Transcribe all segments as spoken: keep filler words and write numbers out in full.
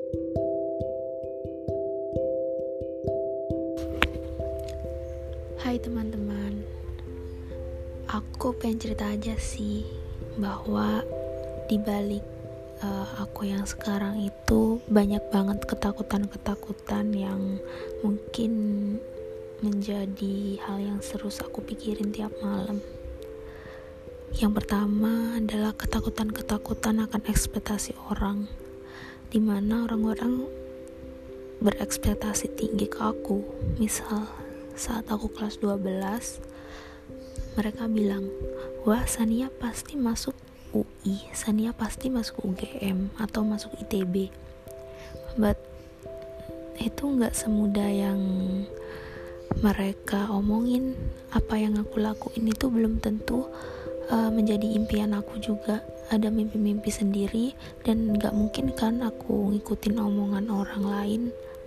Hai teman-teman, aku pengen cerita aja sih bahwa di balik uh, aku yang sekarang itu banyak banget ketakutan-ketakutan yang mungkin menjadi hal yang terus aku pikirin tiap malam. Yang pertama adalah ketakutan-ketakutan akan ekspektasi orang, dimana orang-orang berekspektasi tinggi ke aku. Misal saat aku kelas dua belas, mereka bilang, wah Sania pasti masuk U I, Sania pasti masuk U G M atau masuk I T B. But itu gak semudah yang mereka omongin. Apa yang aku lakuin itu belum tentu uh, menjadi impian aku juga. Ada mimpi-mimpi sendiri, dan gak mungkin kan aku ngikutin omongan orang lain.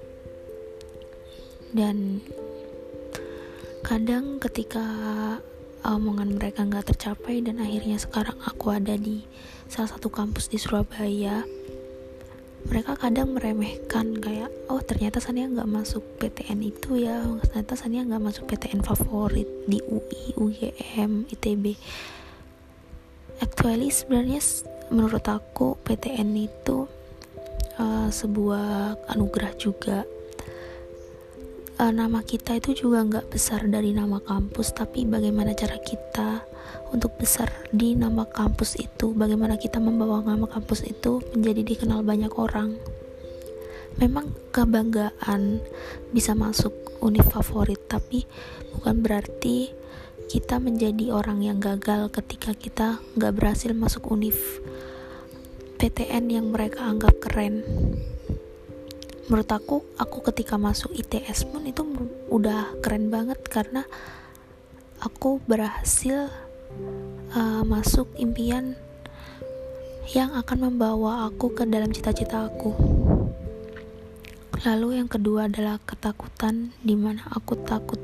Dan kadang ketika omongan mereka gak tercapai dan akhirnya sekarang aku ada di salah satu kampus di Surabaya, mereka kadang meremehkan kayak, oh ternyata Sania gak masuk P T N itu ya, ternyata Sania gak masuk P T N favorit di U I, U G M, I T B. Actually sebenarnya menurut aku P T N itu uh, sebuah anugerah juga. Uh, nama kita itu juga gak besar dari nama kampus, tapi bagaimana cara kita untuk besar di nama kampus itu, bagaimana kita membawa nama kampus itu menjadi dikenal banyak orang. Memang kebanggaan bisa masuk univ favorit, tapi bukan berarti kita menjadi orang yang gagal ketika kita gak berhasil masuk univ P T N yang mereka anggap keren. Menurut aku, aku ketika masuk I T S pun itu udah keren banget karena aku berhasil uh, masuk impian yang akan membawa aku ke dalam cita-cita aku. Lalu yang kedua adalah ketakutan, dimana aku takut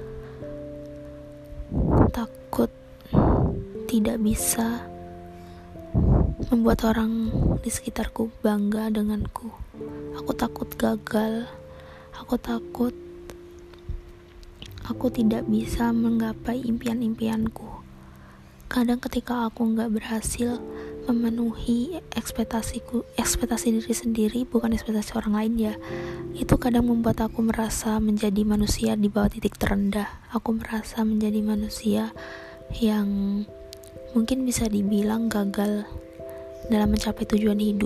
takut tidak bisa membuat orang di sekitarku bangga denganku. Aku takut gagal, aku takut aku tidak bisa menggapai impian-impianku. Kadang ketika aku gak berhasil memenuhi ekspektasiku, ekspektasi diri sendiri, bukan ekspektasi orang lain ya, itu kadang membuat aku merasa menjadi manusia di bawah titik terendah. Aku merasa menjadi manusia yang mungkin bisa dibilang gagal dalam mencapai tujuan hidup.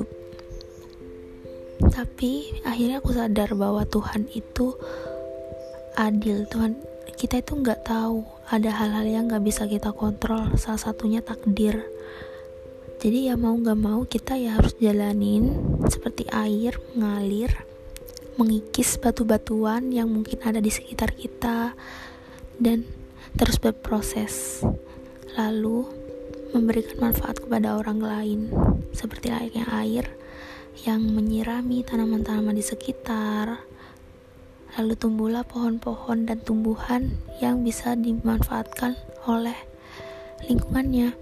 Tapi akhirnya aku sadar bahwa Tuhan itu adil. Tuhan, kita itu gak tahu, ada hal-hal yang gak bisa kita kontrol, salah satunya takdir. Jadi ya mau gak mau kita ya harus jalanin seperti air mengalir, mengikis batu-batuan yang mungkin ada di sekitar kita, dan terus berproses, lalu memberikan manfaat kepada orang lain, seperti layaknya air yang menyirami tanaman-tanaman di sekitar. Lalu tumbuhlah pohon-pohon dan tumbuhan yang bisa dimanfaatkan oleh lingkungannya.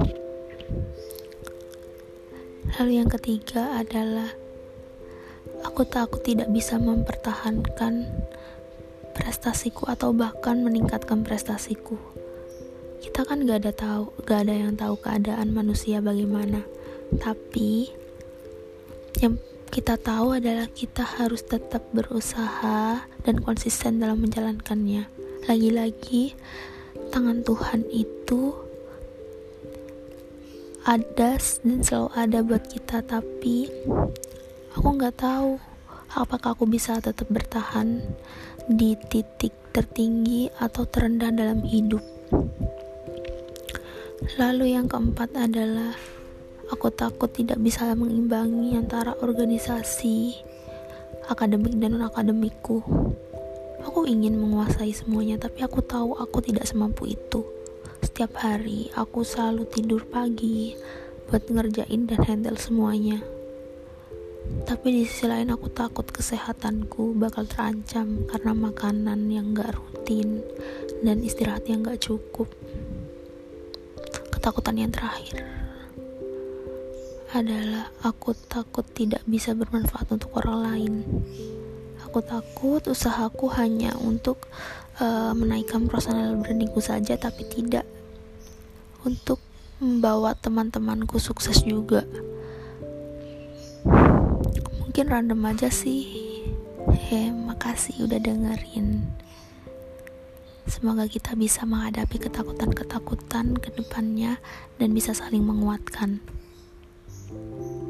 Lalu yang ketiga adalah aku takut tidak bisa mempertahankan prestasiku atau bahkan meningkatkan prestasiku. Kita kan gak ada tahu, gak ada yang tahu keadaan manusia bagaimana. Tapi yang kita tahu adalah kita harus tetap berusaha dan konsisten dalam menjalankannya. Lagi-lagi tangan Tuhan itu ada dan selalu ada buat kita, tapi aku gak tahu apakah aku bisa tetap bertahan di titik tertinggi atau terendah dalam hidup. Lalu yang keempat adalah aku takut tidak bisa mengimbangi antara organisasi, akademik dan non-akademikku. Aku ingin menguasai semuanya, tapi aku tahu aku tidak semampu itu. Setiap hari aku selalu tidur pagi buat ngerjain dan handle semuanya. Tapi di sisi lain aku takut kesehatanku bakal terancam karena makanan yang gak rutin dan istirahat yang gak cukup. Ketakutan yang terakhir adalah aku takut tidak bisa bermanfaat untuk orang lain. Aku takut usahaku hanya untuk uh, menaikkan personal brandingku saja, tapi tidak untuk membawa teman-temanku sukses juga. Mungkin random aja sih. He, makasih udah dengerin. Semoga kita bisa menghadapi ketakutan-ketakutan ke depannya dan bisa saling menguatkan.